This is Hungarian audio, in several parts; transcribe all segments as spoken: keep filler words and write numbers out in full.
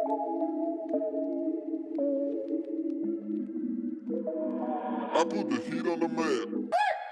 I put the heat on the man.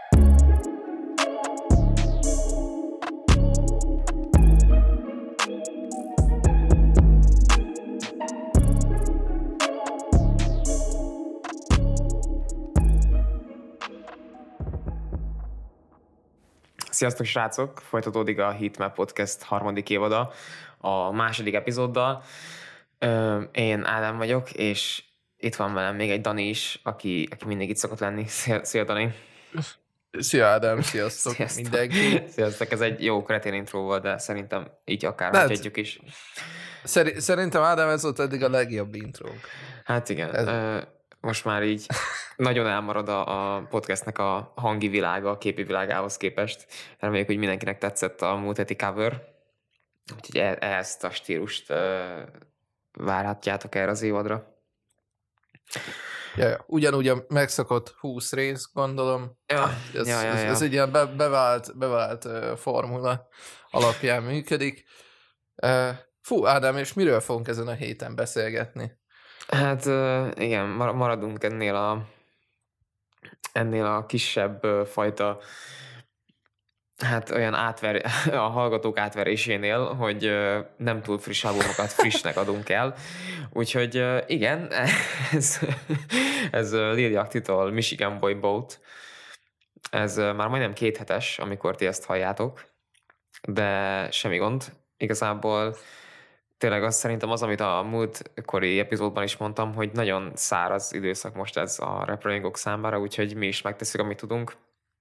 Sziasztok, srácok! Folytatódik a Heatmap Podcast harmadik évada a második epizóddal. Én Ádám vagyok, és itt van velem még egy Dani is, aki, aki mindig itt szokott lenni. Szia, szia Dani! Szia Ádám, sziasztok, sziasztok mindenki! Sziasztok, ez egy jó kretén intro volt, de szerintem így akár hagyhatjuk is. Szeri- szerintem Ádám, ez volt eddig a legjobb intrónk. Hát igen, ez... most már így nagyon elmarad a, a podcastnek a hangi világa, a képi világához képest. Reméljük, hogy mindenkinek tetszett a múlt heti cover, úgyhogy e- ezt a stílust uh, várhatjátok erre az évadra. Ja, ja. Ugyanúgy a megszokott húsz rész, gondolom. Ja, ez, ja, ja, ez, ja. ez egy ilyen be, bevált, bevált uh, formula alapján működik. Uh, fú, Ádám, és miről fogunk ezen a héten beszélgetni? Hát uh, igen, maradunk ennél a ennél a kisebb uh, fajta hát olyan átver, a hallgatók átverésénél, hogy uh, nem túl friss albumokat frissnek adunk el. Úgyhogy uh, igen, ez, ez uh, Lil Yachty-tól Michigan Boy Boat. Ez uh, már majdnem két hetes, amikor ti ezt halljátok, de semmi gond. Igazából tényleg azt szerintem az, amit a múltkori epizódban is mondtam, hogy nagyon száraz időszak most ez a rap-rajongók számára, úgyhogy mi is megteszünk, amit tudunk.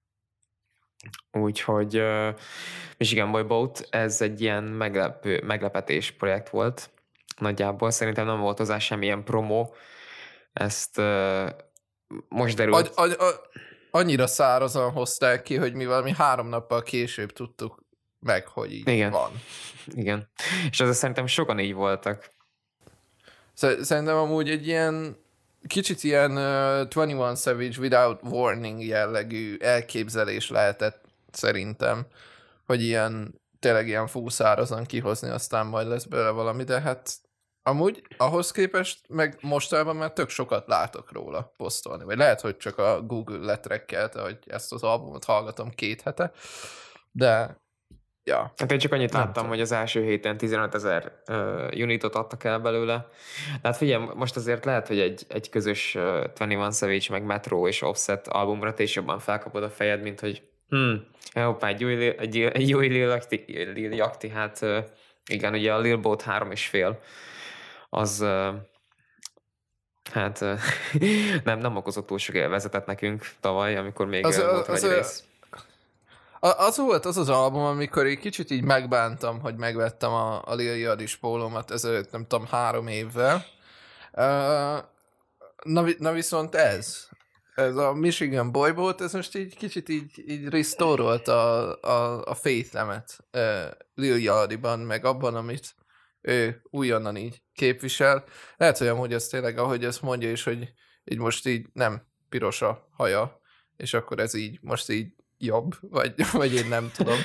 Úgyhogy uh, Michigan Boy Boat, ez egy ilyen meglepő, meglepetés projekt volt. Nagyjából szerintem nem volt hozzá semmilyen promo. Ezt uh, most derült. A, a, a, annyira szárazan hozták ki, hogy mi valami három nappal később tudtuk meg, hogy így igen. van. Igen. És ezzel szerintem sokan így voltak. Szerintem amúgy egy ilyen kicsit ilyen uh, twenty-one Savage Without Warning jellegű elképzelés lehetett szerintem, hogy ilyen tényleg ilyen fúszárazan kihozni, aztán majd lesz belőle valami, de hát amúgy ahhoz képest meg mostában már tök sokat látok róla posztolni, vagy lehet, hogy csak a Google letrekkelte, hogy ezt az albumot hallgatom két hete, de ja. Hát én csak annyit Nem láttam, tudom. hogy az első héten tizenötezer uh, unitot adtak el belőle. De hát figyelj, most azért lehet, hogy egy, egy közös uh, twenty-one Savage, meg Metro és Offset albumra te is jobban felkapod a fejed, mint hogy hm, hoppá, egy új, egy, egy új Lil Yachty, Lil Yachty, hát uh, igen, ugye a Lil Boat három és fél, az uh, hát uh, nem, nem okozott túl sok élvezetet nekünk tavaly, amikor még Az- uh, volt az- egy az- rész. A- Az volt az az album, amikor egy kicsit így megbántam, hogy megvettem a, a Lil Yachty pólómat ezelőtt, nem tudom, három évvel. Uh, na, vi- na viszont ez, ez a Michigan Boy Boat, ez most így kicsit így, így restorolt a, a, a faith-emet uh, Lil Yachty-ban, meg abban, amit ő újonnan így képvisel. Lehet, hogy amúgy ez tényleg, ahogy ezt mondja is, hogy így most így nem piros a haja, és akkor ez így most így jobb, vagy, vagy én nem tudom.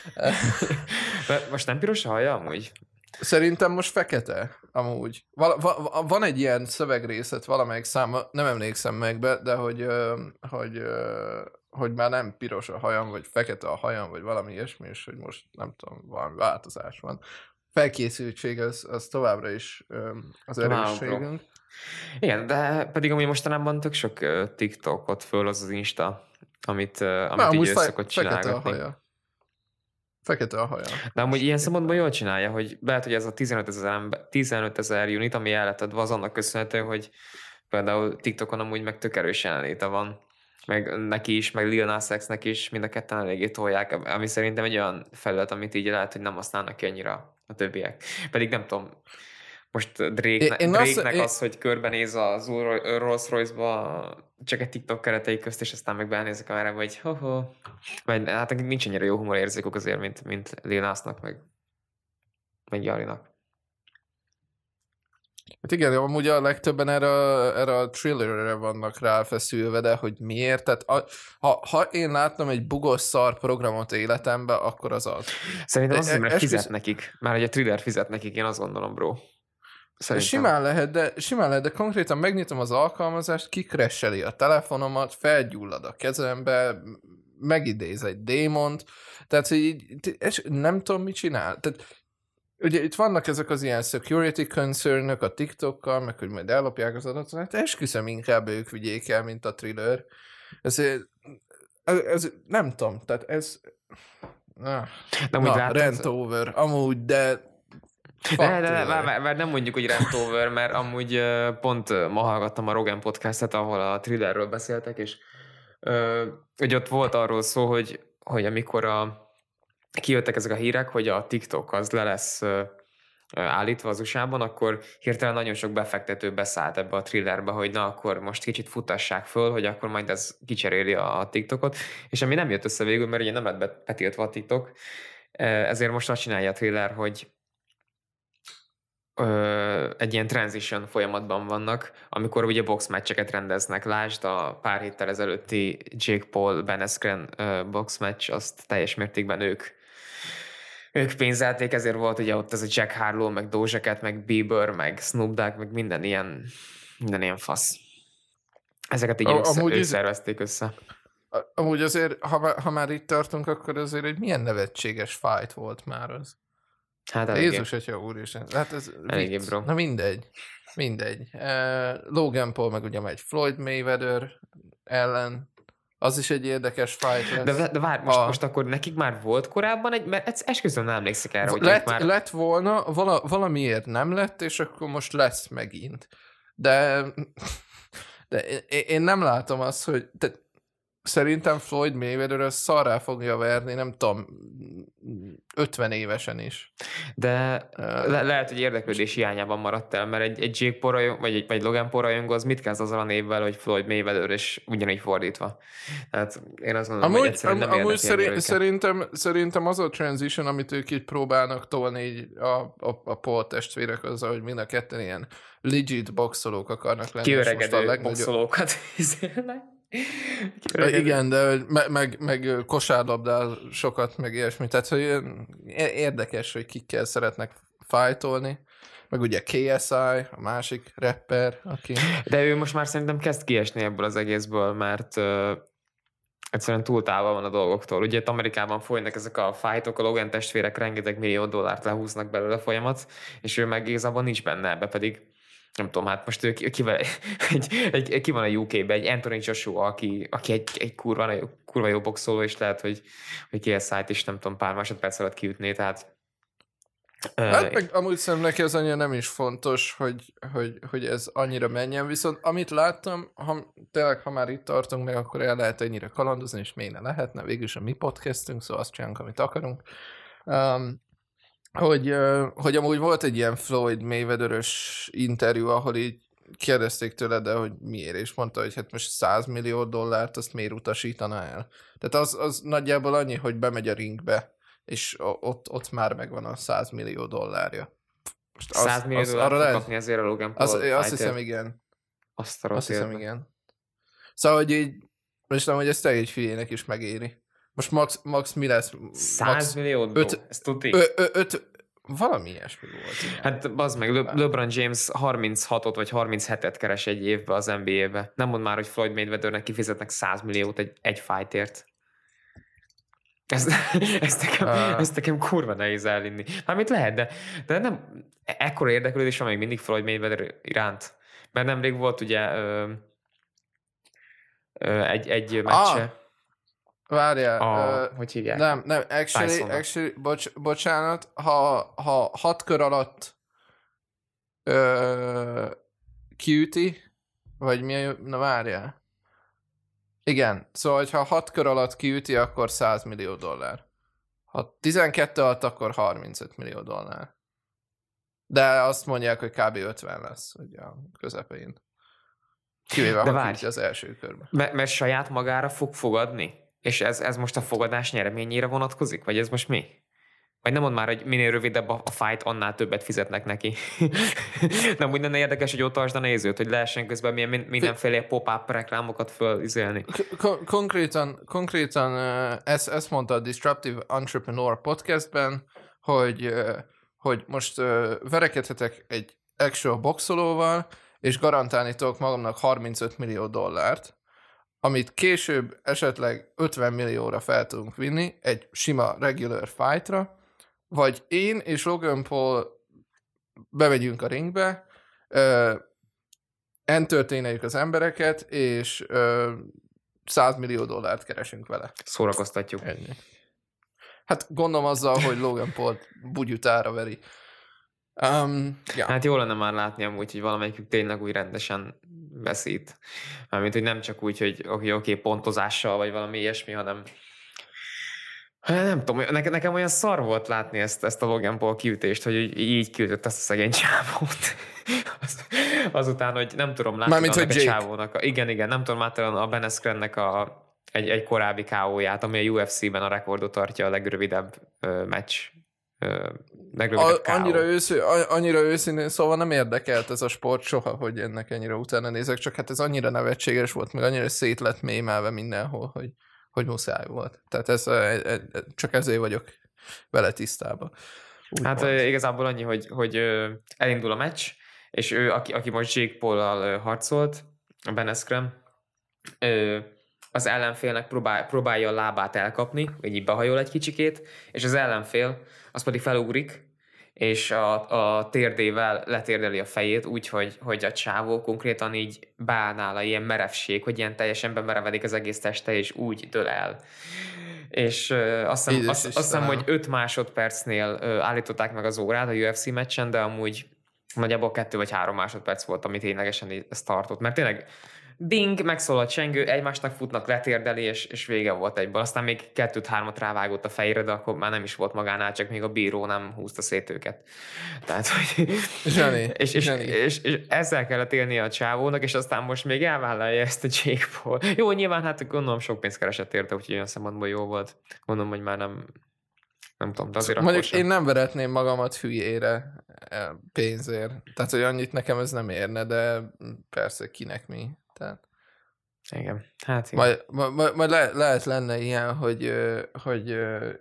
De most nem piros a haja amúgy? Szerintem most fekete, amúgy. Val- va- van egy ilyen szövegrészet valamelyik száma, nem emlékszem meg be, de hogy, ö, hogy, ö, hogy már nem piros a hajam, vagy fekete a hajam, vagy valami ilyesmi, és hogy most nem tudom, valami változás van. Felkészültség az, az továbbra is ö, az erősségünk. Igen, de pedig amúgy mostanában tök sok uh, TikTokot föl az az Insta, amit, uh, amit Na, így amúgy ő fe- szokott fekete a csinálgatni. haja. Fekete a haja. De amúgy ilyen szempontból jól csinálja, hogy lehet, hogy ez a tizenöt ezer unit, ami el lett adva, az annak köszönhető, hogy például TikTokon amúgy meg tök erős jelenléte van. Meg neki is, meg Lil Nas X-nek is, mind a ketten eléggé tolják, ami szerintem egy olyan felület, amit így lehet, hogy nem használnak ki annyira a többiek. Pedig nem tudom, most Drake-ne, Én- én azt- Drake-nek én- az, hogy körbenéz az Rolls Royce-ba csak egy TikTok keretei közt, és aztán meg benéz a kamerába, hogy ho-ho. Vagy hát nekik nincs annyira jó humorérzékük azért, mint, mint Lil Nasnak, meg, meg Yachtynak. Hát igen, amúgy a legtöbben erre, erre a thrillerre vannak ráfeszülve, de hogy miért? Tehát a, ha, ha én látnom egy bugos szar programot életemben, akkor az az. Szerintem az, De- mert esküsz- fizet nekik. Már hogy a thriller fizet nekik, én azt gondolom, bro. Szerintem. Simán lehet, de, simán lehet, de konkrétan megnyitom az alkalmazást, kikresseli a telefonomat, felgyullad a kezembe, megidéz egy démont, tehát hogy így, és nem tudom, mit csinál. Tehát ugye itt vannak ezek az ilyen security concernök a TikTokkal, meg hogy majd ellopják az adatot, hát esküszöm, inkább ők vigyék el, mint a thriller. Ez, ez, ez nem tudom, tehát ez... Na, Nem na úgy látod, rent over, amúgy, de... De, de, de már, már nem mondjuk, hogy rent over, mert amúgy uh, pont uh, ma hallgattam a Rogan podcastet, ahol a thrillerről beszéltek, és uh, hogy ott volt arról szó, hogy, hogy amikor a, kijöttek ezek a hírek, hogy a TikTok az le lesz uh, állítva az u es á-ban, akkor hirtelen nagyon sok befektető beszállt ebbe a thrillerbe, hogy na akkor most kicsit futassák föl, hogy akkor majd ez kicseréli a TikTokot, és ami nem jött össze végül, mert ugye nem lett betiltva a TikTok, ezért most azt csinálja a thriller, hogy Ö, egy ilyen transition folyamatban vannak, amikor ugye boxmatcheket rendeznek. Lásd, a pár héttel ezelőtti Jake Paul Ben Askren boxmatch, azt teljes mértékben ők ők pénzelték, ezért volt ugye ott ez a Jack Harlow, meg Doja Cat, meg Bieber, meg Snoop Dogg, meg minden ilyen, minden ilyen fasz. Ezeket így A, össze, amúgy ők ez- szervezték össze. Amúgy azért, ha, már- ha már itt tartunk, akkor azért egy milyen nevetséges fight volt már az. Hát eléggé. Jézus, atya úristen. Hát ez Eléggé, vicc. bro. Na mindegy. Mindegy. Uh, Logan Paul meg ugye megy Floyd Mayweather ellen. Az is egy érdekes fight lesz. De, de várj, most, A- most akkor nekik már volt korábban egy, mert ez- esküszöm nem emlékszik erre, hogy ők lett, már... lett volna, vala, valamiért nem lett, és akkor most lesz megint. De, de én, én nem látom azt, hogy de szerintem Floyd Mayweather az szarrá fogja verni, nem tudom, ötven évesen is. De le- lehet, hogy érdeklődés hiányában maradt el, mert egy, egy Jake Paul rajong, vagy egy vagy Logan Paul rajongó az mit kezd azzal a névvel, hogy Floyd Mayweather, és ugyanígy fordítva. Tehát én azt gondolom, hogy Amúgy, egyszerűen am, nem amúgy érdekli szerint, őket. szerintem, szerintem az a transition, amit ők így próbálnak tolni így a, a, a Paul testvérek, az, hogy mind a ketten ilyen legit boxolók akarnak lenni. és most a Kiöregedő legnagyobb- boxolókat izélnek. Ja, Kiöregedő- igen, de hogy me- meg, meg kosárlabdál sokat, meg ilyesmi. Tehát, hogy ilyen érdekes, hogy kikkel szeretnek fájtolni. Meg ugye ká es i, a másik rapper, aki... De ő most már szerintem kezd kiesni ebből az egészből, mert uh, egyszerűen túl távol van a dolgoktól. Ugye itt Amerikában folynak ezek a fightok, a Logan testvérek rengeteg millió dollárt lehúznak belőle folyamat, és ő meg igazából nincs benne ebbe, pedig nem tudom, hát most ő ki, ki, egy, egy, ki van a ú ká-ben, egy Anthony Joshua, aki, aki egy, egy kurva, jó, kurva jó boxoló, és lehet, hogy, hogy ká es i-t is nem tudom, pár másodperc alatt kiütné, tehát Hát meg amúgy szerintem neki az annyira nem is fontos, hogy, hogy, hogy ez annyira menjen, viszont amit láttam, ha, tényleg, ha már itt tartunk meg, akkor el lehet ennyire kalandozni, és még ne lehetne, végülis a mi podcastünk, szóval azt csinálunk, amit akarunk. Um, hogy, uh, hogy amúgy volt egy ilyen Floyd Mayweather-ös interjú, ahol így kérdezték tőle, de hogy miért, és mondta, hogy hát most száz millió dollárt azt miért utasítana el. Tehát az, az nagyjából annyi, hogy bemegy a ringbe, és ott, ott már megvan a száz millió dollárja. Most az, száz millió az, dollárt arra fog lehet, kapni ezért a Logan Paul az, azt fighter. hiszem, igen. Azt a rossz Azt hiszem, életbe. igen. Szóval, hogy így, most nem, hogy ezt egy hülyének is megéri. Most max, max mi lesz? száz millió öt- dollárt? Ez tuti? Ö, ö, öt, valami ilyesmi volt. Igen. Hát bazd meg, Le- LeBron James harminchatot vagy harminchetet keres egy évbe az en bé á-be. Nem mond már, hogy Floyd Mayweathernek kifizetnek száz milliót egy, egy fightért. Ezt, ezt, nekem, Ah. ezt nekem kurva nehéz elinni. Mármint lehet, de, de nem ekkora érdeklődés van még mindig Floyd Mayweather iránt. Mert nemrég volt ugye ö, ö, egy, egy meccse. Várjál. A, ö, hogy hívják? nem, nem, actually, Tysonnak. actually bocs, bocsánat, ha, ha hat kör alatt ö, kiüti, vagy mi a jó, na várjál. Igen, szóval, ha hat kör alatt kiüti, akkor száz millió dollár. Ha tizenkettő alatt, akkor harmincöt millió dollár. De azt mondják, hogy kb. ötven lesz, ugye a közepén. Kivéve, De ha várj. kiüti az első körben. Mert, mert saját magára fog fogadni? És ez, ez most a fogadás nyereményére vonatkozik? Vagy ez most mi? Vagy nem mond már, hogy minél rövidebb a, a fight, annál többet fizetnek neki. Nem úgy lenne érdekes, hogy ott tartsd a nézőt, hogy lehessen közben milyen, mindenféle pop-up reklámokat fölizélni. Kon- konkrétan, konkrétan uh, ezt, ezt mondta a Disruptive Entrepreneur podcastben, hogy, uh, hogy most uh, verekedhetek egy actual boxolóval, és garantálni tudok magamnak harmincöt millió dollárt, amit később esetleg ötven millióra fel tudunk vinni egy sima regular fightra, vagy én és Logan Paul bemegyünk a ringbe, ö, entertaineljük az embereket, és ö, száz millió dollárt keresünk vele. Szórakoztatjuk. Ennyi. Hát gondolom azzal, hogy Logan Paul bugyutára veri. Um, ja. Hát jó lenne már látni amúgy, hogy valamelyikük tényleg úgy rendesen veszít. Mármint, hogy nem csak úgy, hogy oké, okay, okay, pontozással, vagy valami ilyesmi, hanem nem tudom, nekem, nekem olyan szar volt látni ezt, ezt a Logan Paul kiütést, hogy így, így kiütött ezt a szegény csávót. Az, azután, hogy nem tudom látni Mármint, annak hogy a Jake. csávónak. A, igen, igen, nem tudom látni a Ben Askrennek a egy, egy korábbi ká ó-ját, ami a U F C-ben a rekordot tartja a legrövidebb ö, meccs. Ö, legrövidebb A, annyira, őszű, annyira őszintén, szóval nem érdekelt ez a sport soha, hogy ennek ennyire utána nézek, csak hát ez annyira nevetséges volt, meg annyira szét lett mémelve mindenhol, hogy, hogy muszáj volt. Tehát ez, csak ezért vagyok vele tisztában. Úgy hát volt. Igazából annyi, hogy, hogy elindul a meccs, és ő, aki, aki most Jake Paul-al harcolt, a Ben Askren, az ellenfélnek próbál, próbálja a lábát elkapni, vagy így behajol egy kicsikét, és az ellenfél az pedig felugrik, és a, a térdével letérdeli a fejét, úgyhogy hogy a csávó konkrétan így beáll nála ilyen merevség, hogy ilyen teljesen bemerevedik az egész teste, és úgy dől el. És uh, azt hiszem, azt, azt hiszem, hogy öt másodpercnél uh, állították meg az órát a U F C meccsen, de amúgy nagyjából kettő vagy három másodperc volt, ami ténylegesen ezt tartott. Mert tényleg ding, megszól a csengő, egymásnak futnak, letérdeli, és, és vége volt egyből. Aztán még kettőt-hármat rávágott a fejére, de akkor már nem is volt magánál, csak még a bíró nem húzta szét őket. Tehát, hogy... Zseni, és, és, zseni. és, és, ezzel kellett élnie a csávónak, és aztán most még elvállalja ezt a Jake Paul. Jó, nyilván hát gondolom sok pénzt keresett érte, úgyhogy olyan szempontból jó volt. Gondolom, hogy már nem... Nem tudom, de azért Mondjuk sem. én nem veretném magamat hülyére pénzért. Tehát, hogy annyit nekem ez nem érne, de persze kinek mi. Tehát... Igen, hát igen. Majd, majd, majd le, lehet lenne ilyen, hogy, hogy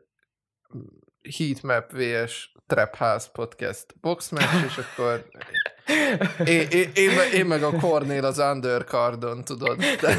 Heatmap versus Trap House Podcast boxmatch, és akkor én, én, én, meg, én meg a Cornél az undercardon, tudod.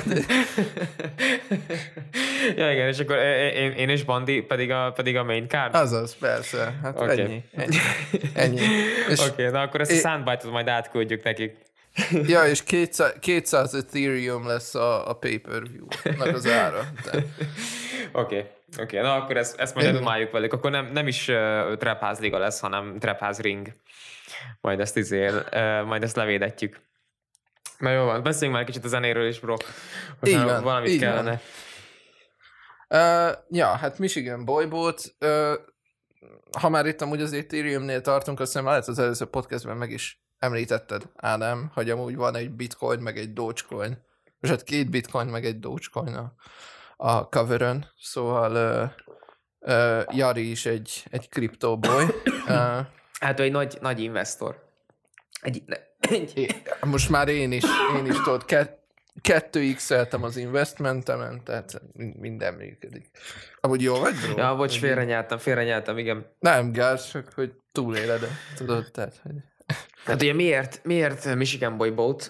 Ja, igen, és akkor én, én és Bandi pedig a, pedig a main card. Azaz, persze. Hát okay. ennyi. Ennyi. ennyi. Oké, okay, na akkor ezt é... a soundbite-ot majd átküldjük nekik. Ja, és kétszáz, kétszáz Ethereum lesz a, a pay-per-view-nak az ára. Oké, oké, okay. okay. Na akkor ezt, ezt majd edumáljuk velük. Akkor nem, nem is uh, Trap House Liga lesz, hanem Trap House Ring. Majd ezt izél, uh, majd ezt levédetjük. Na jó van, beszéljünk már kicsit a zenéről is, bro. Így van, valamit így kellene. Van. Uh, ja, hát Michigan Boyboat. Uh, ha már itt amúgy az Ethereumnél tartunk, azt hiszem lehet az előző podcastben meg is említetted, Ádám, hogy amúgy van egy bitcoin, meg egy dogecoin. És hát két bitcoin, meg egy dogecoin a, a coverön. Szóval uh, uh, Jari is egy, egy kriptóboly. Uh, hát ő egy nagy, nagy investor. Egy, egy... É, most már én is, én is tudod, ke, kettő x-eltem az investmentemen, tehát minden működik. Amúgy jó vagy, bro? Ja, bocs, félrenyeltem, félrenyeltem, igen. Nem gáz, csak hogy túléled, tudod, tehát, hogy... Hát ugye miért, miért Michigan Boy Boat?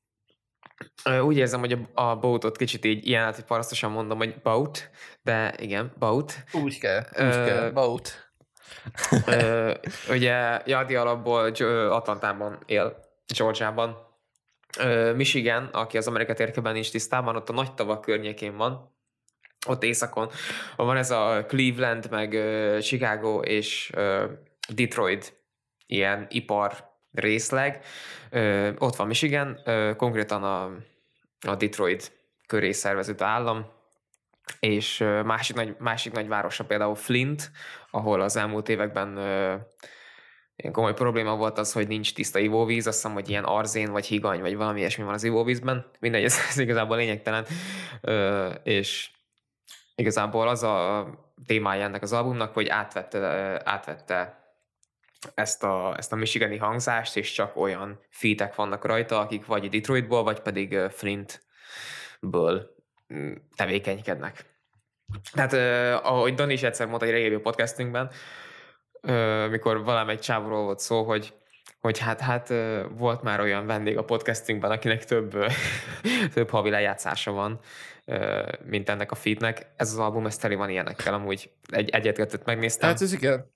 Úgy érzem, hogy a, a boatot kicsit így ilyen át, hogy parasztosan mondom, hogy boat, de igen, boat. Úgy kell, úgy uh, kell, boat. uh, ugye Jardi alapból Atlantában él, Georgiában. Uh, Michigan, aki az Amerika térkében nincs tisztában, ott a nagy tavak környékén van, ott északon. Van ez a Cleveland, meg uh, Chicago és uh, Detroit ilyen ipar részleg. Ö, ott van Michigan, ö, konkrétan a, a Detroit köré szerveződő állam, és ö, másik, nagy, másik nagy városa például Flint, ahol az elmúlt években ö, ilyen komoly probléma volt az, hogy nincs tiszta ivóvíz, azt hiszem, hogy ilyen arzén vagy higany, vagy valami ilyesmi van az ivóvízben. Mindegy, ez, ez igazából lényegtelen. Ö, és igazából az a témája ennek az albumnak, hogy átvette, átvette ezt a, ezt a michigani hangzást, és csak olyan featek vannak rajta, akik vagy Detroitból, vagy pedig Flintből tevékenykednek. Tehát, ahogy Dani is egyszer mondta egy régebbi podcastünkben, mikor valamelyik csávóról volt szó, hogy hogy hát, hát volt már olyan vendég a podcastünkben, akinek több, több havi lejátszása van, mint ennek a featnek. Ez az album, ez teli van ilyenekkel, amúgy egy, egyet-kettőt megnéztem. Hát ez igen.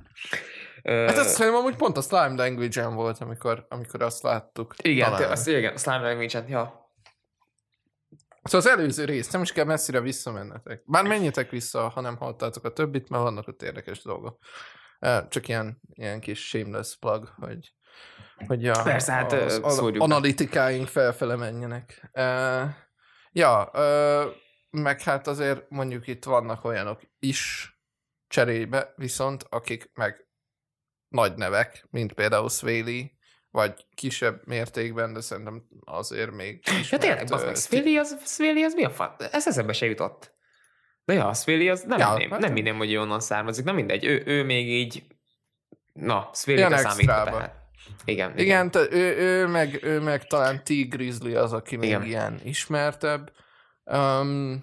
Hát ez szerintem amúgy pont a Slime Language-en volt, amikor, amikor azt láttuk. Igen, te, azt, igen, a Slime Language-en, ja. Szóval az előző rész, nem is kell messzire visszamennetek. Bár menjetek vissza, ha nem hallottátok a többit, mert vannak ott érdekes dolgok. Csak ilyen, ilyen kis shameless plug, hogy, hogy a, Persze, hát az, az analitikáink felfele menjenek. Uh, ja, uh, meg hát azért mondjuk itt vannak olyanok is cserébe, viszont akik meg nagy nevek, mint például Swaley, vagy kisebb mértékben, de szerintem azért még ismert. Ja tényleg, bazd meg, Swaley az, Swaley az mi a fa? Ez eszembe se jutott. De ja, Swaley az nem, ja, minném, hát nem minném, hogy onnan származik, nem mindegy. Ő, ő még így, na, Swaley-re számítva tehát. Igen, igen. Igen, te, ő, ő, meg, ő meg talán T. Grizzly az, aki még igen. ilyen ismertebb. Um,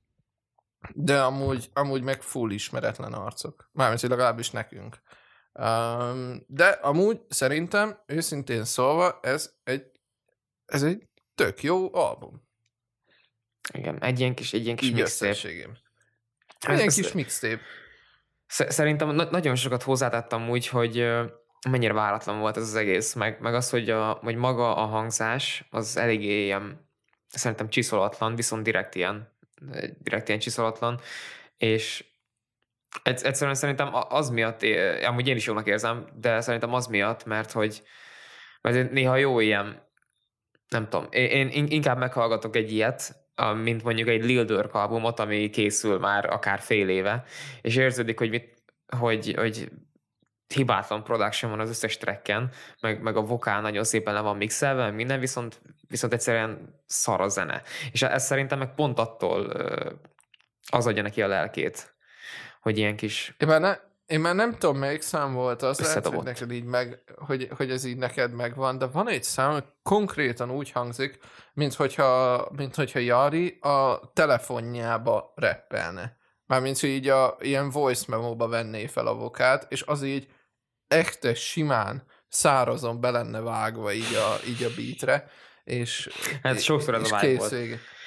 de amúgy, amúgy meg full ismeretlen arcok. Mármint, hogy legalábbis nekünk. Um, de amúgy szerintem, őszintén szólva, ez egy, ez egy tök jó album. Igen, egy ilyen kis, egy ilyen kis mixtape. Egy ilyen kis mixtape. Szerintem na- nagyon sokat hozzátettem úgy, hogy mennyire váratlan volt ez az egész, meg, meg az, hogy, a, hogy maga a hangzás az eléggé ilyen, szerintem csiszolatlan, viszont direkt ilyen, direkt ilyen csiszolatlan, és egyszerűen szerintem az miatt, amúgy én is jónak érzem, de szerintem az miatt, mert hogy mert néha jó ilyen, nem tudom, én inkább meghallgatok egy ilyet, mint mondjuk egy Lil Durk albumot, ami készül már akár fél éve, és érződik, hogy, mit, hogy, hogy hibátlan production van az összes tracken, meg, meg a vokál nagyon szépen le van mixelve, minden, viszont, viszont egyszerűen szar a zene. És ez szerintem meg pont attól az adja neki a lelkét, hogy ilyen kis... Én már, ne, én már nem tudom, melyik szám volt az, lehet, hogy neked így meg, hogy, hogy ez így neked megvan, de van egy szám, hogy konkrétan úgy hangzik, mint hogyha, mint hogyha Jari a telefonjába rappelne. Mármint, hogy így a ilyen voice memóba venné fel a vokát, és az így echte, simán, szárazon be lenne vágva így a, így a beatre, és hát sokszor ez a vibe volt.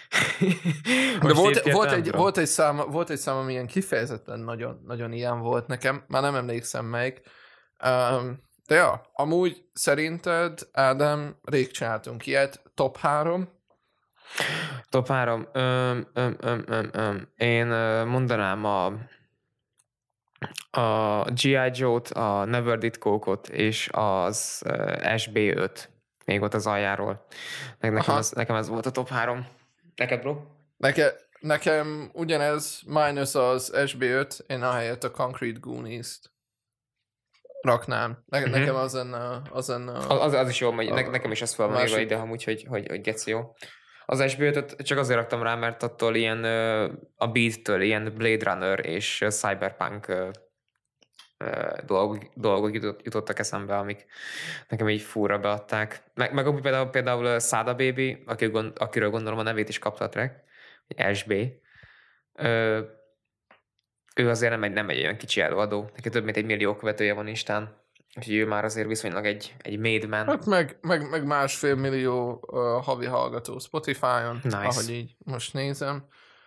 De volt, volt, egy, volt, egy szám, volt egy szám, ami ilyen kifejezetten nagyon, nagyon ilyen volt nekem, már nem emlékszem melyik. Um, de ja, amúgy szerinted, Ádám, rég csináltunk ilyet, top három? Top három? Öm, öm, öm, öm, öm. Én mondanám a, a gé i. Joe-t, a Never Did Coke-ot és az es bé öt. Még ott az aljáról. Nekem ez, nekem ez volt a top három. Neked, bro? Neke, nekem ugyanez, minus az es bé öt, én ahelyett a Concrete Goonies-t raknám. Ne, uh-huh. Nekem az enne... Az, enne a, az, az is jó, hogy ne, nekem is az fel van írva ide, amúgy, hogy, hogy, hogy geci jó. Az es bé ötöt csak azért raktam rá, mert attól ilyen a Beat-től ilyen Blade Runner és Cyberpunk dolgok, dolgok jutottak eszembe, amik nekem így fúra beadták. Meg, meg például, például Sada Baby, aki gond, akiről gondolom a nevét is kapta a track, es bé. Ö, ő azért nem egy, nem egy olyan kicsi előadó. Neki több mint egy millió követője van Instán. Úgyhogy ő már azért viszonylag egy, egy made man. Hát meg, meg, meg másfél millió uh, havi hallgató Spotify-on, nice. Ahogy így most nézem.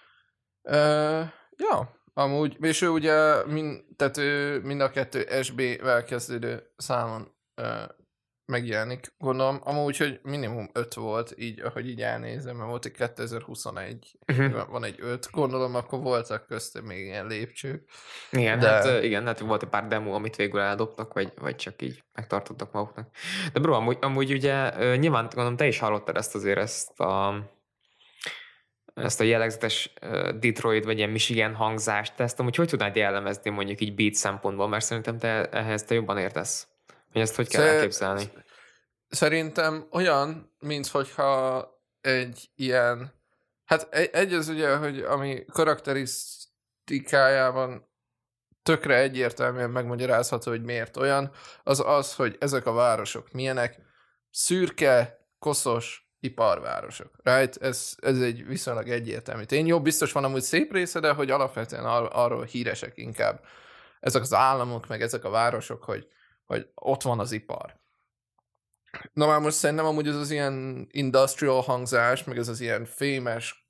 Uh, ja, amúgy, és ő ugye mind, tehát ő mind a kettő es bé-vel kezdődő számon uh, megjelenik. Gondolom, amúgy, hogy minimum öt volt, így, ahogy így elnézem, mert volt egy kétezer-huszonegy, uh-huh. van egy öt, gondolom, akkor voltak köztem még ilyen lépcsők. Igen, de... hát, igen, hát volt egy pár demo, amit végül eldobtak, vagy, vagy csak így megtartottak maguknak. De bro, amúgy, amúgy ugye nyilván gondolom, te is hallottad ezt azért, ezt a ezt a jellegzetes Detroit vagy ilyen Michigan hangzást, te ezt amúgy hogy tudnád jellemezni mondjuk így beat szempontból, mert szerintem te ehhez te jobban értesz. Hogy ezt hogy kell Szer- elképzelni? Szerintem olyan, mint hogyha egy ilyen, hát egy, egy az ugye, hogy ami karakterisztikájában tökre egyértelműen megmagyarázható, hogy miért olyan, az az, hogy ezek a városok milyenek, szürke, koszos, iparvárosok. Right? Ez, ez egy viszonylag egyértelmű. Én jó, biztos van amúgy szép része, de hogy alapvetően ar- arról híresek inkább ezek az államok, meg ezek a városok, hogy, hogy ott van az ipar. Na már most szerintem amúgy ez az ilyen industrial hangzás, meg ez az ilyen fémes,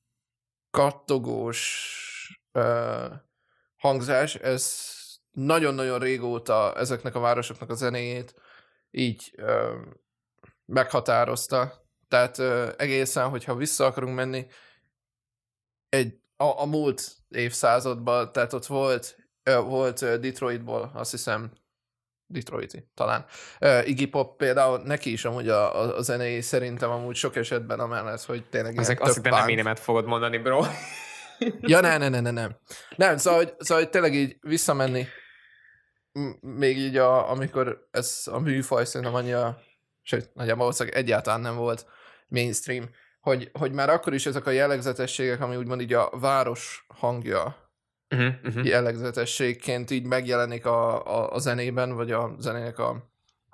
kattogós uh, hangzás, ez nagyon-nagyon régóta ezeknek a városoknak a zenéjét így uh, meghatározta. Tehát uh, egészen, hogyha vissza akarunk menni egy, a, a múlt évszázadban, tehát ott volt, uh, volt uh, Detroitból, azt hiszem, Detroiti, talán. Uh, Iggy Pop például, neki is amúgy a, a, a zenéi szerintem amúgy sok esetben amellett, hogy tényleg ilyen Ezek azt hittem nem énemet fogod mondani, bro. Ja, ne, ne, ne, ne, nem. Nem, szóval, hogy, szóval, hogy tényleg így visszamenni, m- még így, a, amikor ez a műfaj szerintem annyira, sőt, nagyjából valószínűleg egyáltalán nem volt mainstream, hogy, hogy már akkor is ezek a jellegzetességek, ami úgymond így a város hangja uh-huh, uh-huh. jellegzetességként így megjelenik a, a, a zenében, vagy a zenének a,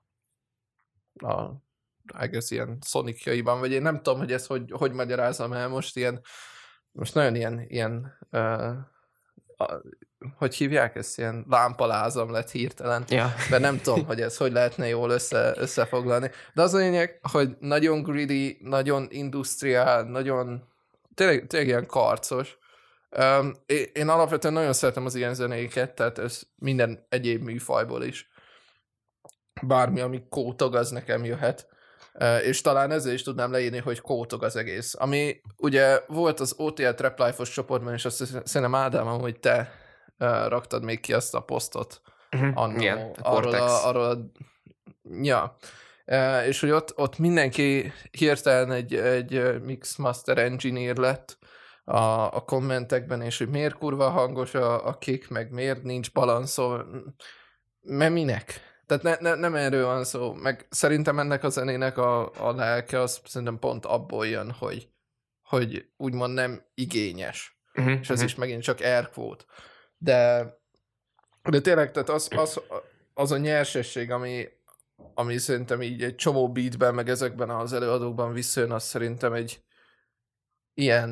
a I guess ilyen szonikjaiban, vagy én nem tudom, hogy ezt hogy, hogy magyarázom el most ilyen, most nagyon ilyen, ilyen uh, a, hogy hívják ezt, ilyen lámpalázam lett hirtelen, Ja. mert nem tudom, hogy ez hogy lehetne jól össze, összefoglalni. De az a lényeg, hogy nagyon greedy, nagyon industriál, nagyon tényleg, tényleg ilyen karcos. Um, én, én alapvetően nagyon szeretem az ilyen zenéket, tehát ez minden egyéb műfajból is. Bármi, ami kótog, az nekem jöhet. Uh, és talán ezzel is tudnám leírni, hogy kótog az egész. Ami ugye volt az o té el Trap Life-os csoportban, és azt szerintem Ádám, hogy te uh, raktad még ki azt a posztot. Uh-huh. Annó, Igen, a arról, Cortex. a, arról a... Ja. Uh, és hogy ott, ott mindenki hirtelen egy, egy Mixmaster Engineer lett a, a kommentekben, és hogy miért kurva hangos a, a kick, meg miért nincs balanszol. Mert minek? Tehát ne, ne, nem erről van szó, meg szerintem ennek a zenének a, a lelke az szerintem pont abból jön, hogy, hogy úgymond nem igényes. Uh-huh, És ez uh-huh. is megint csak air quote. De, de tényleg, tehát az, az, az a nyersesség, ami, ami szerintem így egy csomó beatben, meg ezekben az előadókban visszajön, az szerintem egy ilyen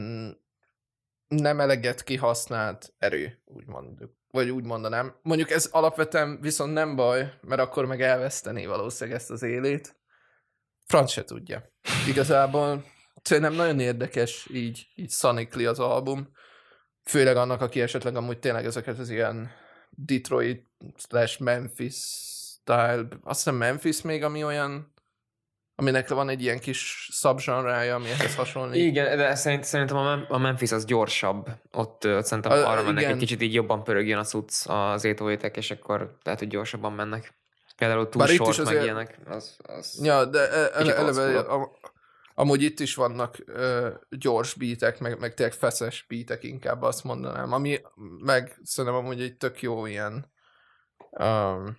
nem eleget kihasznált erő, úgy mondjuk. Vagy úgy mondanám. Mondjuk ez alapvetően viszont nem baj, mert akkor meg elvesztené valószínűleg ezt az élét. Franc se tudja. Igazából szerintem nagyon érdekes így, így sonically az album. Főleg annak, aki esetleg amúgy tényleg ezeket az ilyen Detroit slash Memphis style, azt hiszem Memphis még, ami olyan, aminek van egy ilyen kis subgenrája, amihez hasonlít. Igen, de szerint, szerintem a, Mem- a Memphis az gyorsabb. Ott, ott szerintem A- arra mennek, igen. egy kicsit így jobban pörögjön a cucc az étóétek, és akkor lehet, hogy gyorsabban mennek. Például Too Bár itt Short, is meg azért- ilyenek. Az, az... Ja, de e- Kicsit ele- eleve oldschool-abb. am- amúgy itt is vannak ö, gyors beatek, meg, meg tényleg feszes beatek inkább azt mondanám, ami meg szerintem amúgy egy tök jó ilyen um,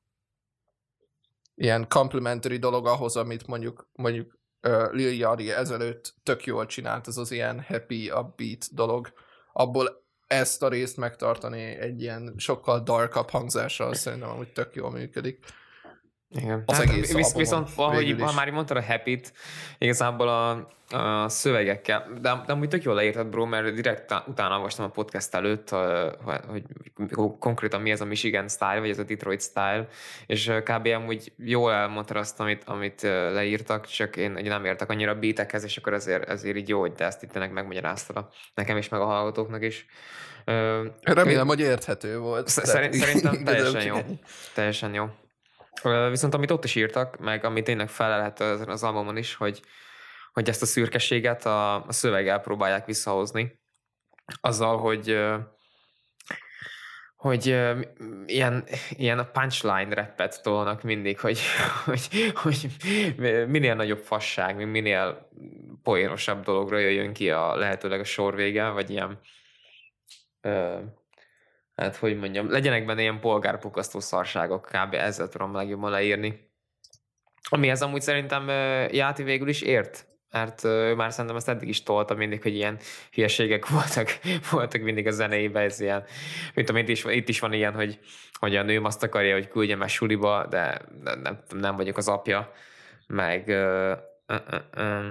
ilyen complimentary dolog ahhoz, amit mondjuk mondjuk uh, Lil Yachty ezelőtt tök jól csinált, az az ilyen happy, upbeat dolog. Abból ezt a részt megtartani egy ilyen sokkal darkabb hangzással szerintem amúgy tök jól működik. Igen. Az Hát, egész visz, albumon viszont, ahogy végül is. ha már így mondtad a happy-t, igazából a, a szövegekkel, de, de amúgy tök jól leírtad, bro, mert direkt utána olvastam a podcast előtt, hogy, hogy konkrétan mi ez a Michigan style, vagy ez a Detroit style, és kb. Amúgy jól elmondtad azt, amit, amit leírtak, csak én ugye nem értek annyira a beatekhez, és akkor ezért, ezért így jó, hogy te ezt itt tényleg megmagyaráztad nekem is, meg a hallgatóknak is. Remélem, hogy érthető volt. Szerint, szerintem Igazából teljesen csak jó. ennyi. Teljesen jó. Viszont amit ott is írtak, meg amit tényleg felelhet az, az albumon is, hogy, hogy ezt a szürkeséget a, a szöveggel próbálják visszahozni. Azzal, hogy hogy ilyen, ilyen punchline rappet tolnak mindig, hogy, hogy, hogy minél nagyobb fasság, minél poénosabb dologra jöjjön ki a lehetőleg a sor vége, vagy ilyen hát, hogy mondjam, legyenek benne ilyen polgárpukasztó szarságok, kb. Ezzel tudom legjobban leírni. Amihez amúgy szerintem Játi végül is ért, mert ő már szerintem ezt eddig is tolta mindig, hogy ilyen hülyeségek voltak, voltak mindig a zenéiben, ez ilyen, mint amit is, itt is van ilyen, hogy, hogy a nőm azt akarja, hogy küldjem el suliba, de nem, nem vagyok az apja, meg uh, uh, uh, uh.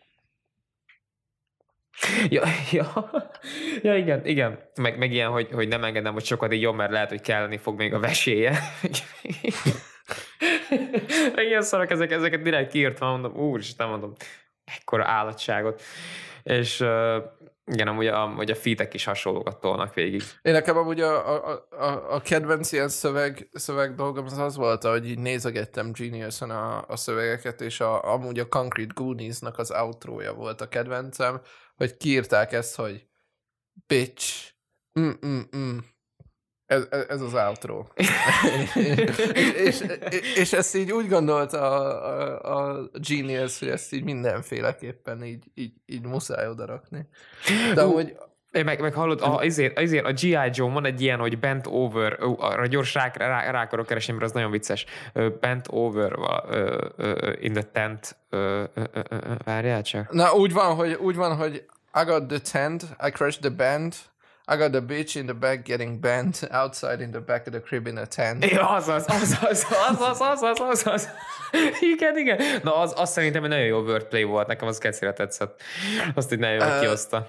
Ja, ja, ja, igen, igen. Meg, meg ilyen, hogy, hogy nem engedem, hogy sokat így jobb, mert lehet, hogy kelleni fog még a veséje. Ilyen szarok, ezek, ezeket direkt kiírtam, mondom, úristen, mondom, ekkora állatságot. És uh, igen, amúgy a, amúgy a feedek is hasonlókat tolnak végig. Én nekem amúgy a, a, a, a kedvenc ilyen szöveg, szöveg dolgom az az volt, hogy így nézegettem Geniuson a, a szövegeket, és a, amúgy a Concrete Goonies-nak az outrója volt a kedvencem, hogy kiírták ezt, hogy bitch, mm-mm-mm. Ez, ez az outro. és, és, és ezt így úgy gondolta a, a, a Genius, hogy ezt így mindenféleképpen így, így, így muszáj odarakni. De amúgy... Én meg, meg hallod, a, azért, azért a G I. Joe van egy ilyen, hogy bent over, arra gyors rá, rá, rá akarok keresni, mert az nagyon vicces. Bent over uh, uh, in the tent. Uh, uh, uh, várjál csak. Na, úgy van, hogy, úgy van, hogy I got the tent, I crashed the band, I got the bitch in the back getting bent, outside in the back of the crib in a tent. Ja, az az, az az, az az, az az, az az. Igen, igen. Na, az, az szerintem egy nagyon jó wordplay volt, nekem az kecére tetszett. Azt így nagyon jól uh, kihozta.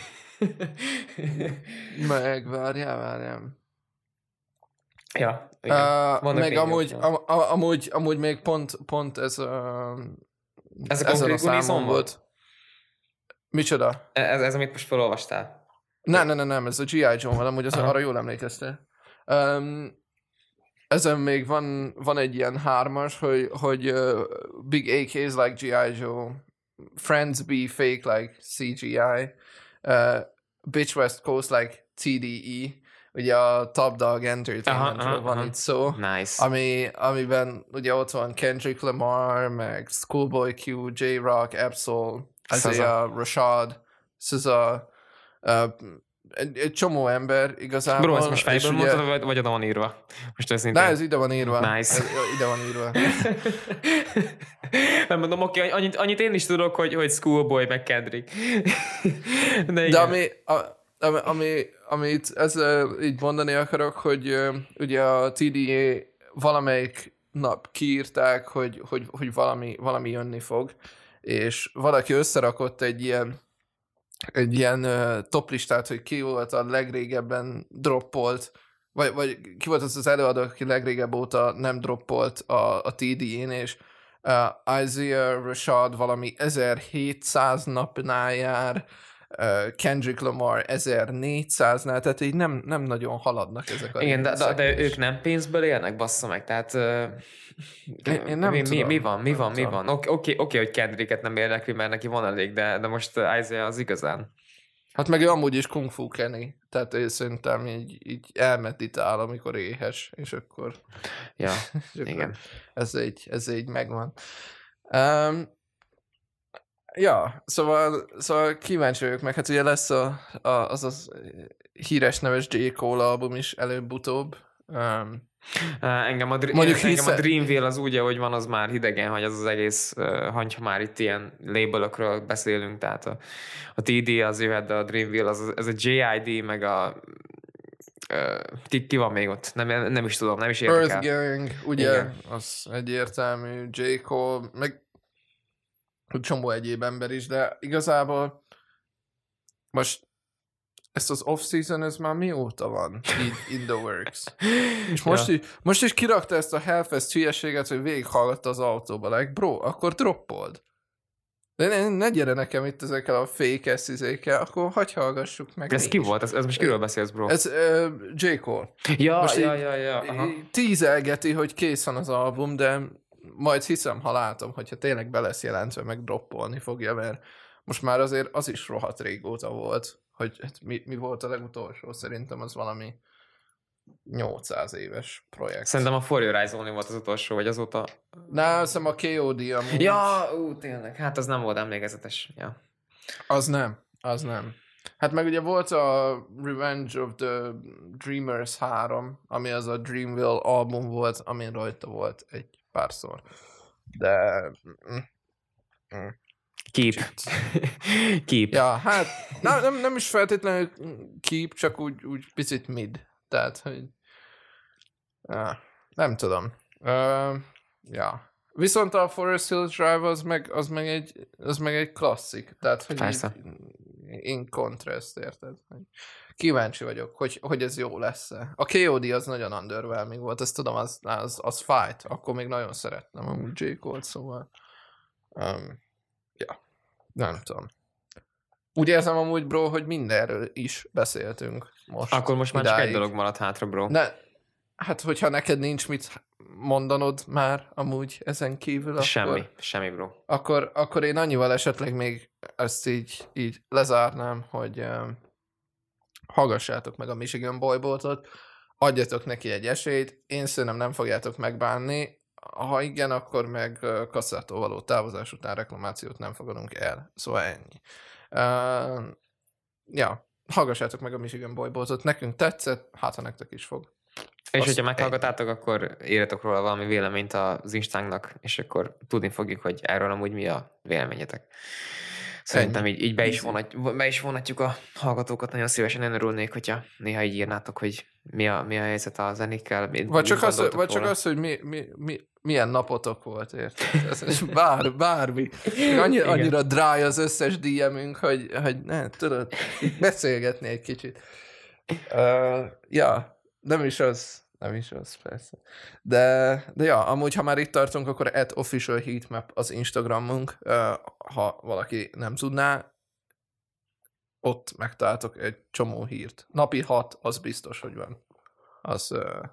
Meg, várjál, várjál. Ja, igen. Uh, meg amúgy, am, amúgy, amúgy még pont, pont ez, uh, ez a Concrete Goonies volt? Micsoda? Ez, ez, amit most felolvastál. Nem, nem, nem, nem, ez a G I. Joe van, amúgy az, arra jól emlékeztél. Um, ezen még van, van egy ilyen hármas, hogy, hogy uh, big A Ks like G I. Joe, friends be fake like C G I, uh, bitch West Coast like T D E, ugye a Top Dog Entertainmentről van aha. itt szó, nice. ami, amiben ugye ott van Kendrick Lamar, meg Schoolboy Q, J-Rock, Absol, Isaiah Rashad, S Z A, Uh, egy, egy csomó ember igazából. Bro, ezt most fejből ugye... mondtad, vagy, vagy oda van írva? Most ez de ez ide van írva. Nice. Ez, ide van írva. Nem mondom, oké, okay, annyit, annyit én is tudok, hogy, hogy Schoolboy meg Kendrick. De, De ami, a, ami, ami, amit ezzel így mondani akarok, hogy uh, ugye a T D A valamelyik nap kiírták, hogy, hogy, hogy valami, valami jönni fog, és valaki összerakott egy ilyen egy ilyen uh, toplistát, hogy ki volt a legrégebben droppolt, vagy, vagy ki volt az az előadó, aki legrégebb óta nem droppolt a, a T D A-n, és uh, Isaiah Rashad valami ezerhétszáz napnál jár, uh, Kendrick Lamar ezernégyszáznál, tehát így nem, nem nagyon haladnak ezek a igen, de, de, de ők nem pénzből élnek, bassza meg, tehát uh, én, én nem mi, tudom, mi, mi van, mi nem van, tudom. mi van? Oké, okay, okay, hogy Kendricket nem érdekli, mert neki van elég, de, de most Isaiah az igazán. Hát meg ő amúgy is Kung Fu Kenny, tehát én szerintem így, így elmeditál, amikor éhes, és akkor... Ja, és akkor igen. Ez így, ez így megvan. Um, ja, szóval, szóval kíváncsi vagyok meg, hát ugye lesz a, a, az az híres neves J. Cole album is előbb-utóbb. Um, Uh, engem, a, dr- Mondjuk engem hiszen... a Dreamville az úgy, ahogy van, az már hidegen, hogy az az egész, uh, ha már itt ilyen labelokról beszélünk, tehát a, a T D az jöhet, de a Dreamville az, az a J I D, meg a uh, ki, ki van még ott? Nem, nem is tudom, nem is értek el. Earth Gang, ugye, igen. Az egyértelmű, J. Cole, meg csomó egyéb ember is, de igazából most ezt az off-season, ez már mióta van in, in the works. És most, ja. is, most is kirakta ezt a Hellfest hülyeséget, hogy végighallgatta az autóba. Like, bro, akkor droppold. De ne, ne gyere nekem itt ezekkel a fake eszizékkel, akkor hagyj hallgassuk meg. Ez ki is. Volt? Ez, ez most kiről beszélsz, bro? Ez uh, J. Cole. Ja, most ja, ja, ja. Aha. Tízelgeti, hogy kész van az album, de majd hiszem, ha látom, hogyha tényleg be lesz jelentve, meg droppolni fogja, mert most már azért az is rohadt régóta volt, hogy mi, mi volt a legutolsó, szerintem az valami nyolcszáz éves projekt. Szerintem a For Your Eyes Only volt az utolsó, vagy azóta... Na, hiszem a K O D amúgy. Ja, ú, tényleg, hát az nem volt emlékezetes. Ja. Az nem, az nem. Hát meg ugye volt a Revenge of the Dreamers három, ami az a Dreamville album volt, amin rajta volt egy párszor. De... Mm, mm. Keep. Keep. Ja, hát nem, nem, nem is feltétlenül keep, csak úgy, úgy picit mid. Tehát, hogy... Ja, nem tudom. Uh, ja. Viszont a Forest Hills Drive az meg, az meg, egy, az meg egy klasszik. Tehát, hogy persze. Így, in contrast, érted? Kíváncsi vagyok, hogy, hogy ez jó lesz-e. A ká o dé az nagyon underwhelming volt, ezt tudom, az, az, az fight. Akkor még nagyon szerettem amúgy J. Cole, szóval... Um, ja, nem tudom. Úgy érzem amúgy, bro, hogy mindenről is beszéltünk most. Akkor most már idáig. csak egy dolog maradt hátra, bro. Ne, hát, hogyha neked nincs mit mondanod már amúgy ezen kívül, akkor... Semmi, semmi, bro. Akkor, akkor én annyival esetleg még ezt így, így lezárnám, hogy um, hallgassátok meg a Michigan Boyboltot, adjatok neki egy esélyt, én szerintem nem fogjátok megbánni, ha igen, akkor meg uh, Kasszától való távozás után reklamációt nem fogadunk el. Szóval ennyi. Uh, ja, hallgassátok meg a Michigan Boyboltot, nekünk tetszett, hát ha nektek is fog. És Azt hogyha meghallgatátok, akkor írjatok róla valami véleményt az Instánknak, és akkor tudni fogjuk, hogy erről amúgy mi a véleményetek. Szerintem így, így be, is vonat, be is vonatjuk a hallgatókat, nagyon szívesen én örülnék, hogyha néha így írnátok, hogy mi a, mi a helyzet a zenékkel. Vagy csak, az, vagy csak az, hogy mi, mi, mi, milyen napotok volt, érted? Ez bár, bármi. Annyi, annyira dry az összes dé em-ünk, hogy, hogy ne, tudod, beszélgetni egy kicsit. Uh, ja, nem is az, nem is az, persze. De, de ja, amúgy, ha már itt tartunk, akkor at official heatmap az Instagramunk, uh, ha valaki nem tudná, ott megtaláltok egy csomó hírt. Napi hat, az biztos, hogy van. Az, uh,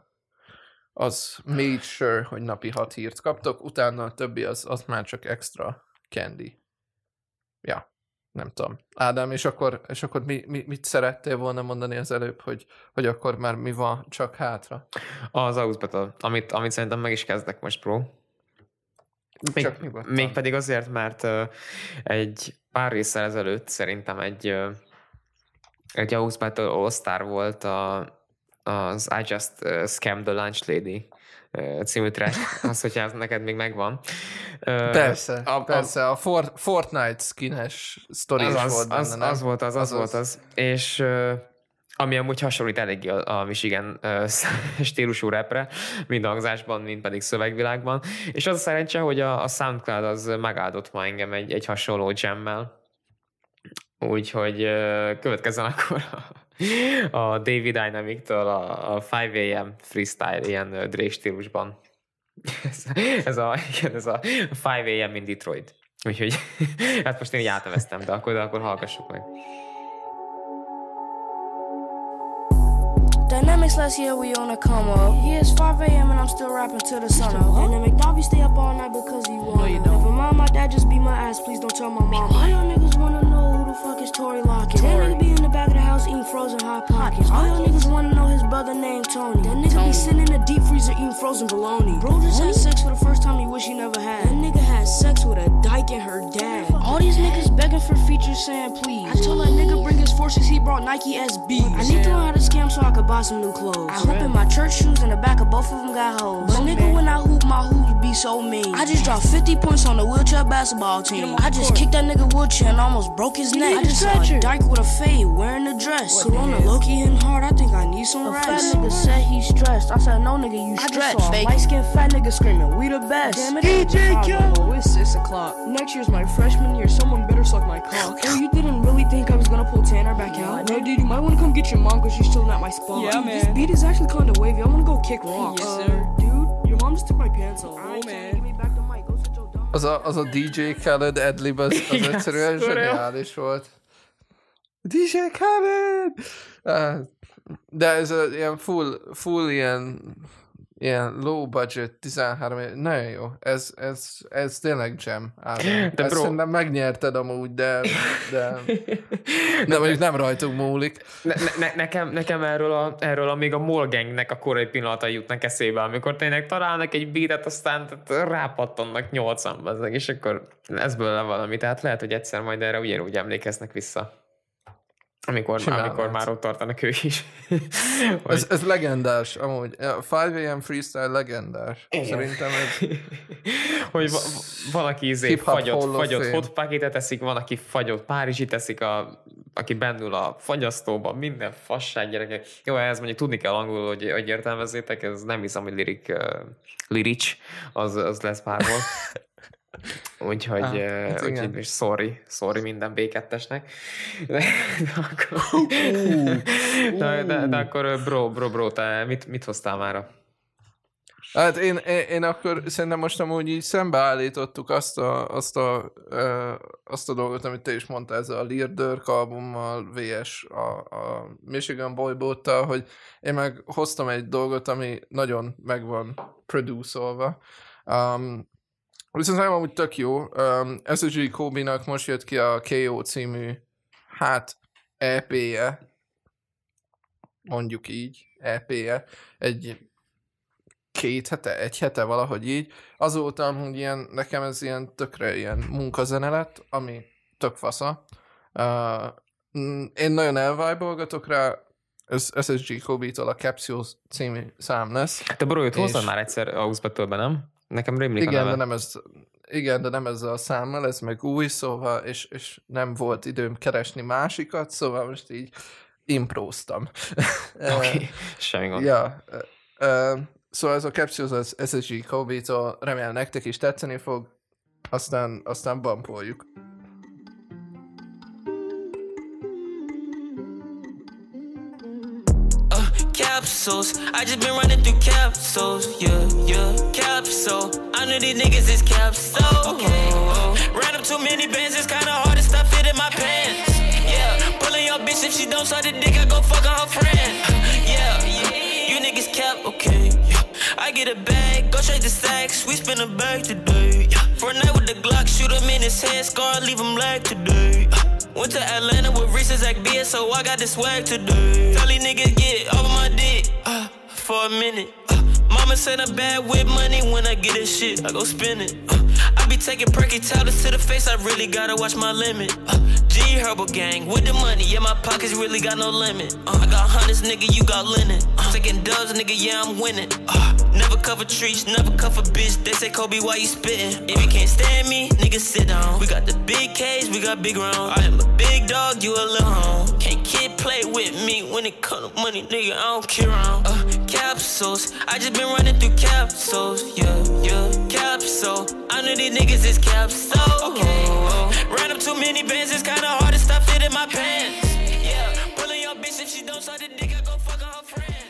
az made sure, hogy napi hat hírt kaptok, utána a többi az, az már csak extra candy. Ja, nem tudom. Ádám, és akkor, és akkor mi, mi, mit szerettél volna mondani az előbb, hogy, hogy akkor már mi van csak hátra? Az Ausbattle, amit, amit szerintem meg is kezdek most, bro. Még, csak nyugodtan. még pedig azért, mert uh, egy pár résszel ezelőtt szerintem egy, uh, egy Ausbattle All-Star volt a, az I Just uh, Scammed the Lunch Lady uh, című track, az, hogyha ez neked még megvan. Uh, persze, a, persze, a, a For, Fortnite skines sztori is az, volt az, benne, az, az volt az, az, az volt az. És uh, ami amúgy hasonlít eléggé a, a Michigan uh, stílusú rapre, mind hangzásban, mind pedig szövegvilágban. És az a szerencse, hogy a, a SoundCloud az megáldott ma engem egy, egy hasonló jammel. Úgyhogy uh, következzen akkor a, a David Dynamic-től a, a öt á em freestyle ilyen uh, Drake stílusban. ez, ez, a, igen, ez a öt á em in Detroit. Úgyhogy hát most én így átneveztem, de akkor, de akkor hallgassuk meg. Dynamics last year we on a come up. Yeah, it's five a.m. and I'm still rapping till the sun up. Dynamic dog, you stay up all night because he wanna. No, you don't. Never mind, my dad just beat my ass. Please don't tell my mom. All y'all niggas wanna know who the fuck is Tory Lockett. That nigga be in the back of the house eating frozen hot pockets. All y'all niggas wanna know his brother named Tony. That nigga Tony. Be sitting in the deep freezer eating frozen bologna. Bro just had sex for the first time he wish he never had. That nigga had sex with a dyke and her dad. All these niggas begging for features saying please. I told that nigga bring his forces, he brought Nike S B. I need to learn how to scam so I could buy some new clothes. I hope in my church shoes in the back of both of them got holes. But nigga, when I hoop, my hoops be so mean. I just dropped fifty points on the wheelchair basketball team. I just kicked that nigga wheelchair and almost broke his neck. I just saw a dyke with a fade wearing a dress. Corona low-key hitting hard, I think I need some rest. A fat nigga said he stressed. I said, no nigga, you stretch. A light-skinned fat nigga screaming, we the best. Damn it, D J Khaled. It's six o'clock. Next year's my freshman year, someone better suck my cock. Oh, you didn't really think I was gonna pull Tanner back out? No, dude, you might wanna come get your mom because she's chilling at my spot. Yeah, dude, man. This beat is actually kinda wavy. I wanna go kick rocks. Yes, sir. Uh, dude, your mom just took my pants off. Oh, man. Give me back the mic. Go sit your dumb. Az a, az a dé jé Khaled adlib, az, az Igen, egyszerűen szöröl. zseniális volt. dé jé Khaled! Uh, de ez a, ilyen full, full ilyen, ilyen low budget tizenhárom, nagyon jó. Ez, ez, ez tényleg jam. Ádám. De Ezt bro- szerintem megnyerted amúgy, de, de, de mondjuk nem rajtunk múlik. Ne, ne, nekem, nekem erről, a, erről a, még a Mole Gangnek a korai pillanatai jutnak eszébe, amikor tényleg találnak egy beatet, aztán rápattannak nyolcan, bazzeg, és akkor ez belőle valami. Tehát lehet, hogy egyszer majd erre ugyanúgy emlékeznek vissza. Amikor, amikor már ott tartanak ők is. Hogy... Ez, ez legendás, amúgy. A öt á em freestyle legendás. Igen. Szerintem ez... hogy va- valaki izé Hip-hop fagyott, Hall of fagyott Fame. hot paketet eszik, van, aki fagyott párizsit eszik, a, aki bennül a fagyasztóban, minden fasság, gyerekek. Jó, ez mondjuk tudni kell angolul, hogy, hogy értelmezzétek, ez nem hiszem, hogy lirik, uh, lirics, az, az lesz bárhol. Úgyhogy, Ah, uh, hát igen. úgyhogy sorry, sorry minden bé kettesnek. De, de akkor, de, de, de akkor bro, bro, bro, te mit, mit hoztál mára? Hát én, én, én akkor szerintem most amúgy így szembeállítottuk azt a, azt a, ö, azt a dolgot, amit te is mondtál, ez a Lil Durk albummal, vé es a, a Michigan Boy Boat-tal, hogy én meg hoztam egy dolgot, ami nagyon meg van producerolva. Um, viszont nem amúgy tök jó. Um, es es gé Kobe-nak most jött ki a ká o című, hát é pé-je, mondjuk így, é pé-je, egy két hete, egy hete, valahogy így. Azóta, hogy ilyen, nekem ez ilyen tökre ilyen munkazene lett, ami tök fasza. Uh, én nagyon elvibolgatok rá, ez es es gé Kobe-tól a Capsules című szám lesz. Te bro, őt És- hoztad már egyszer House Battle-be, nem? Nekem rémlik a Igen, neve. de nem ez, igen, de nem ezzel a számmal, ez meg új, szóval, és, és nem volt időm keresni másikat, szóval most így impróztam. Oké, okay. Semmi gond. Ja, uh, uh, szóval ez a Capsules az es es gé Kobe-tól, remélem nektek is tetszeni fog, aztán, aztán bumpoljuk. Capsules, I just been running through capsules, yeah, yeah, capsule. I know these niggas is capsule, okay. Ran up too many bands, it's kinda hard to stop fitting my pants. Yeah, pulling your bitch if she don't suck the dick, I go fuck on her friend. Yeah, yeah, you niggas cap, okay. Yeah. I get a bag, go straight to Saks, we spin a bag today. Yeah. For a night with the Glock, shoot him in his head, scar, leave him lag today. Uh. Went to Atlanta with Reese's like B S, so I got this swag today. Tell these niggas get off my dick uh, for a minute. Uh, mama said I'm bad with money, when I get this shit, I go spend it. Uh, I be taking perky tablets to the face, I really gotta watch my limit. Uh, G Herbal Gang with the money, yeah, my pockets really got no limit. Uh, I got hundreds, nigga, you got linen. Uh, taking dubs, nigga, yeah, I'm winning. Uh, never cover trees, never cover bitch. They say, Kobe, why you spittin'? If you can't stand me, nigga, sit down. We got the big cage, we got big round. I am a big dog, you a little home. Can't kid play with me when it come to money, nigga, I don't care around. Uh, capsules, I just been running through capsules, yeah, yeah, capsule. I know these niggas is capsule, okay. Ran up too many bands, it's kinda hard to stop fitting my pants. Yeah, pulling your bitch if she don't suck the dick, I go fuck on her friend.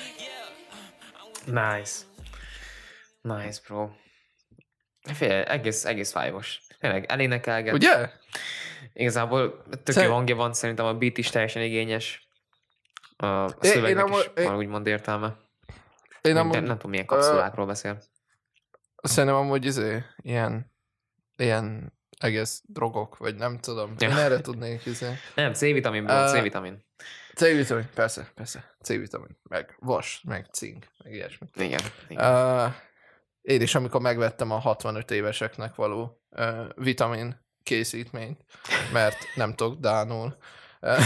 Yeah. Nice. Nice, bro. Figyelj, egész, egész fájos. Tényleg, elénekelget. Ugye? Igazából tök Szer- jó hangja van, szerintem a beat is teljesen igényes. A Én- szövegnek én is amúgy- én- van úgymond értelme. Én Nem, amúgy, nem tudom, milyen kapszulákról beszél. szerintem amúgy izé, ilyen, ilyen egész drogok, vagy nem tudom. Én Ja. erre tudnék izé. Nem, C-vitamin, bro, Uh, C-vitamin. C-vitamin, persze, persze. C-vitamin, meg vas, meg cink, meg ilyesmi. Igen. igen. Uh, én is, amikor megvettem a hatvanöt éveseknek való uh, vitamin készítményt, mert nem tudok dánul. Uh,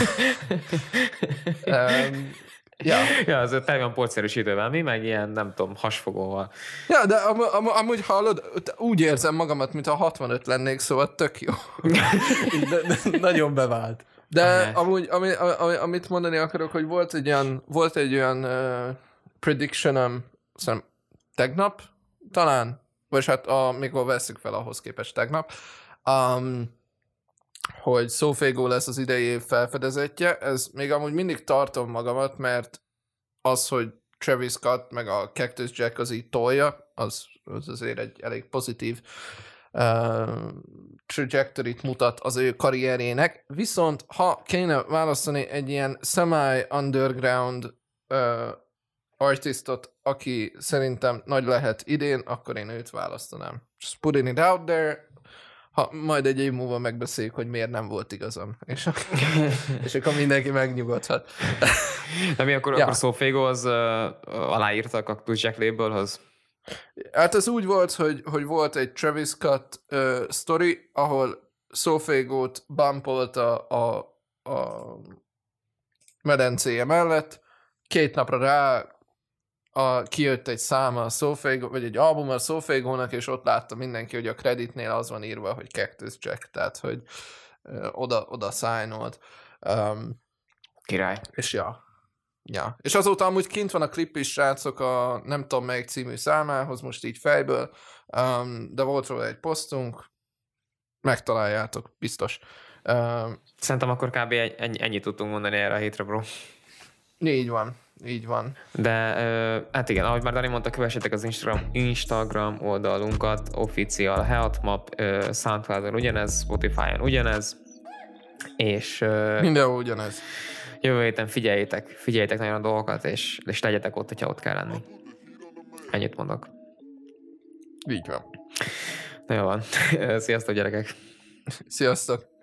um, ja. Ja, az tele van porszerűsítővel, mi meg ilyen, nem tudom, hasfogóval. ja, de am- am- amúgy hallod, úgy érzem magamat, mintha hatvanöt lennék, szóval tök jó. de, de, nagyon bevált. De Aha. amúgy, ami, ami, amit mondani akarok, hogy volt egy olyan, volt egy olyan uh, predictionem, szerintem tegnap talán, vagy hát amikor veszük fel ahhoz képest tegnap, um, hogy Szófégó lesz az idei év felfedezetje, ez még amúgy mindig tartom magamat, mert az, hogy Travis Scott meg a Cactus Jack az így tolja, az, az azért egy elég pozitív uh, trajectory-t mutat az ő karrierjének, viszont ha kéne választani egy ilyen semi-underground uh, artistot, aki szerintem nagy lehet idén, akkor én őt választanám. Just putting it out there, ha majd egy év múlva megbeszéljük, hogy miért nem volt igazam. És akkor, és akkor mindenki megnyugodhat. De mi akkor, Ja. akkor Szófégó az uh, aláírta a Cactus Jack labelhoz? Hát ez úgy volt, hogy, hogy volt egy Travis Scott uh, story, ahol Szófégót bumpolta a, a medencéje mellett, két napra rá a, kijött egy száma a Szófégó, vagy egy album a Szófégónak, és ott látta mindenki, hogy a kreditnél az van írva, hogy Cactus Jack, tehát hogy uh, oda, oda szájnolt. Um, Király. és ja. Ja. És azóta amúgy kint van a klip is, srácok, a nem tudom melyik című számához, most így fejből, um, de volt róla egy posztunk, megtaláljátok, biztos. Um, Szerintem akkor kb. Ennyi, ennyit tudtunk mondani erre a hétre, bro. így van, így van. De uh, hát igen, ahogy már Dani mondta, kövessétek az Instagram, Instagram oldalunkat, official Heatmap, uh, Soundcloudon ugyanez, Spotify-on ugyanez, és uh, Mindenhol ugyanez. jövő héten figyeljétek, figyeljétek nagyon a dolgokat, és, és legyetek ott, hogyha ott kell lenni. Ennyit mondok. Így van. Na jó van. Sziasztok, gyerekek! Sziasztok!